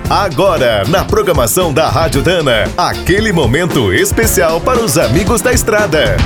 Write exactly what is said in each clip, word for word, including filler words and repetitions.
Agora, na programação da Rádio Dana, aquele momento especial para os amigos da estrada.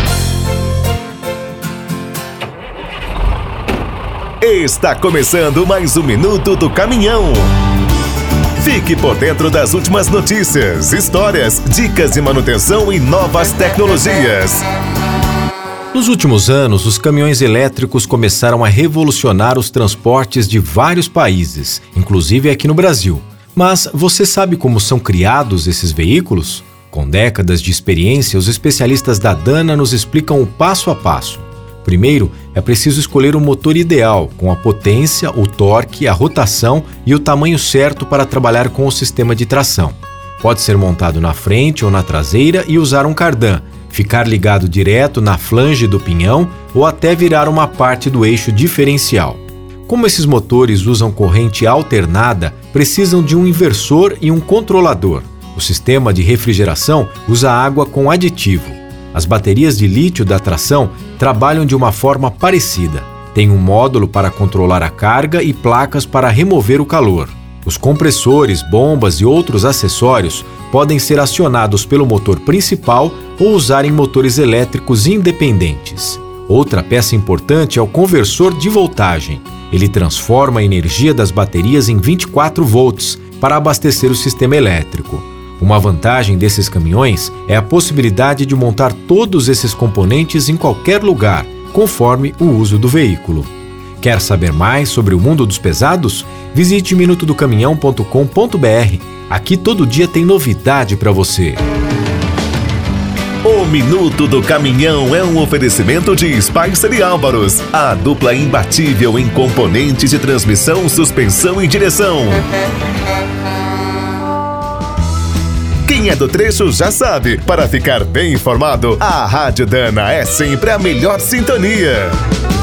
Está começando mais um Minuto do Caminhão. Fique por dentro das últimas notícias, histórias, dicas de manutenção e novas tecnologias. Nos últimos anos, os caminhões elétricos começaram a revolucionar os transportes de vários países, inclusive aqui no Brasil. Mas você sabe como são criados esses veículos? Com décadas de experiência, os especialistas da Dana nos explicam o passo a passo. Primeiro, é preciso escolher um motor ideal, com a potência, o torque, a rotação e o tamanho certo para trabalhar com o sistema de tração. Pode ser montado na frente ou na traseira e usar um cardan, ficar ligado direto na flange do pinhão ou até virar uma parte do eixo diferencial. Como esses motores usam corrente alternada, precisam de um inversor e um controlador. O sistema de refrigeração usa água com aditivo. As baterias de lítio da tração trabalham de uma forma parecida. Tem um módulo para controlar a carga e placas para remover o calor. Os compressores, bombas e outros acessórios podem ser acionados pelo motor principal ou usarem motores elétricos independentes. Outra peça importante é o conversor de voltagem. Ele transforma a energia das baterias em vinte e quatro volts para abastecer o sistema elétrico. Uma vantagem desses caminhões é a possibilidade de montar todos esses componentes em qualquer lugar, conforme o uso do veículo. Quer saber mais sobre o mundo dos pesados? Visite minuto do caminhão ponto com ponto b r. Aqui todo dia tem novidade para você. O Minuto do Caminhão é um oferecimento de Spicer e Álvaros, a dupla imbatível em componentes de transmissão, suspensão e direção. Quem é do trecho já sabe, para ficar bem informado, a Rádio Dana é sempre a melhor sintonia.